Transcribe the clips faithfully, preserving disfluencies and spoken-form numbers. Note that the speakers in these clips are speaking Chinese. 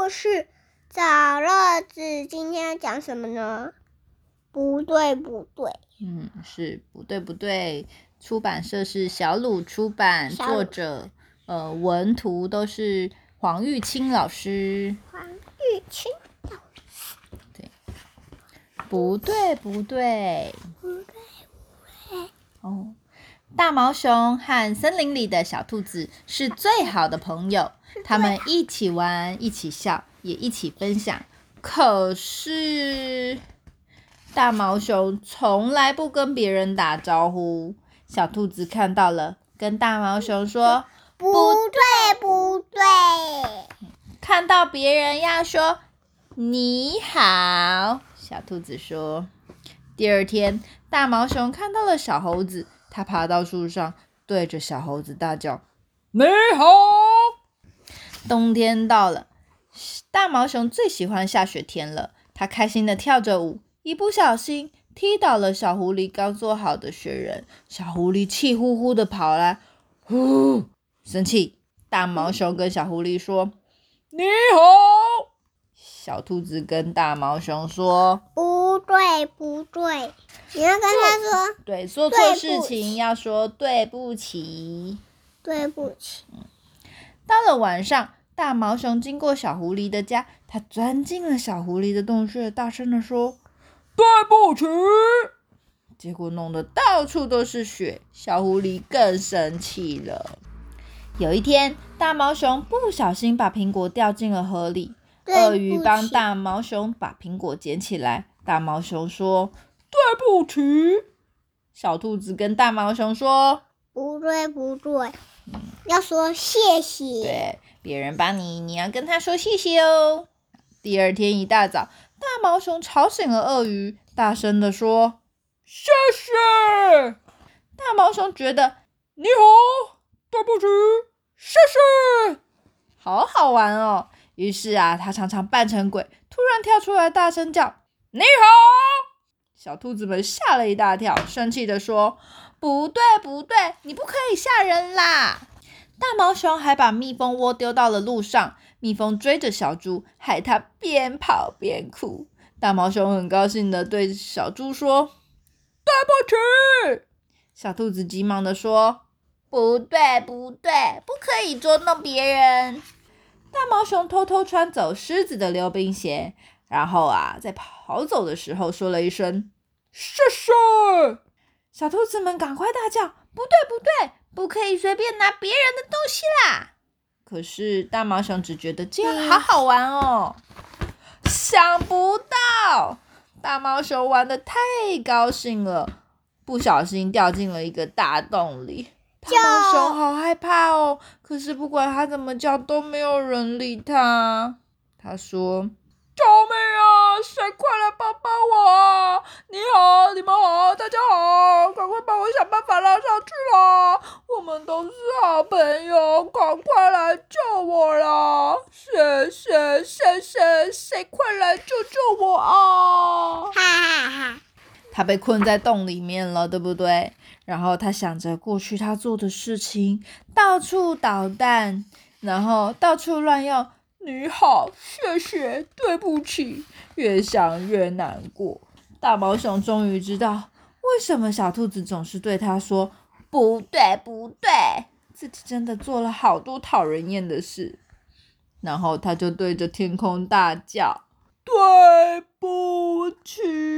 故事，小乐子今天要讲什么呢？不对不对， 嗯，是不对不对。出版社是小鲁出版，作者呃文图都是黄玉清老师。 黄玉清老师。 对，不对不对， 不对不对。 哦，大毛熊和森林里的小兔子是最好的朋友，他们一起玩，一起笑，也一起分享。可是大毛熊从来不跟别人打招呼。小兔子看到了，跟大毛熊说：“ 不对不对。” 看到别人要说“你好”，小兔子说。第二天，大毛熊看到了小猴子，它爬到树上，对着小猴子大叫：“你好！”冬天到了，大毛熊最喜欢下雪天了，它开心地跳着舞，一不小心踢倒了小狐狸刚做好的雪人，小狐狸气呼呼地跑来，呼，生气。大毛熊跟小狐狸说：“你好！”小兔子跟大毛熊说：“ 不对不对，你要跟他说， 对，做错事情要说对不起。” 对不起。 嗯，到了晚上，大毛熊经过小狐狸的家，它钻进了小狐狸的洞穴，大声地说：“对不起！”结果弄得到处都是雪，小狐狸更生气了。有一天，大毛熊不小心把苹果掉进了河里，鳄鱼帮大毛熊把苹果捡起来。大毛熊说：“对不起。”小兔子跟大毛熊说：“ 不对不对，嗯、要说谢谢。” 对，别人帮你，你要跟他说谢谢哦。第二天一大早，大毛熊吵醒了鳄鱼，大声地说：“谢谢！”大毛熊觉得你好，对不起，谢谢，好好玩哦。于是啊，他常常扮成鬼，突然跳出来大声叫：“你好！”小兔子们吓了一大跳，生气地说：“不对不对，你不可以吓人啦！”大毛熊还把蜜蜂窝丢到了路上，蜜蜂追着小猪，害它边跑边哭。大毛熊很高兴地对小猪说：“对不起！”小兔子急忙地说：“不对不对，不可以捉弄别人。”大毛熊偷偷穿走狮子的溜冰鞋，然后啊，在跑走的时候说了一声谢谢。小兔子们赶快大叫：“不对不对，不可以随便拿别人的东西啦！”可是大毛熊只觉得这样好好玩哦。想不到大毛熊玩得太高兴了，不小心掉进了一个大洞里。大毛熊好害怕哦，可是不管他怎么叫都没有人理他。他说：“救命啊！谁快来帮帮我啊！你好，你们好，大家好，赶快帮我想办法拉上去啦！我们都是好朋友，赶快来救我啦！谢谢谢谢，谁快来救救我啊！” 哈哈哈！ 他被困在洞里面了，对不对？然后他想着过去他做的事情，到处捣蛋，然后到处乱用你好，谢谢，对不起，越想越难过。大毛熊终于知道为什么小兔子总是对他说不对不对，自己真的做了好多讨人厌的事。然后他就对着天空大叫：“对不起！”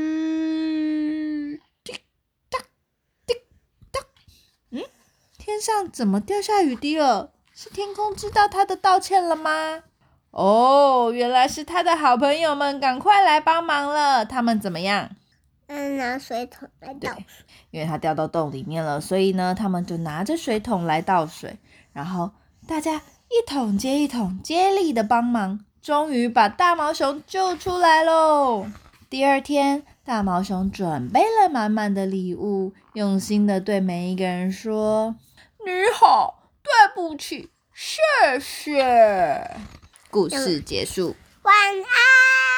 滴答滴答，嗯，天上怎么掉下雨滴了？是天空知道他的道歉了吗？哦，原来是他的好朋友们赶快来帮忙了。他们怎么样？ 嗯，拿水桶来倒水。 因为他掉到洞里面了，所以呢，他们就拿着水桶来倒水，然后大家一桶接一桶，接力的帮忙，终于把大毛熊救出来喽。第二天，大毛熊准备了满满的礼物，用心的对每一个人说：“你好，对不起，谢谢。”故事结束。 晚安。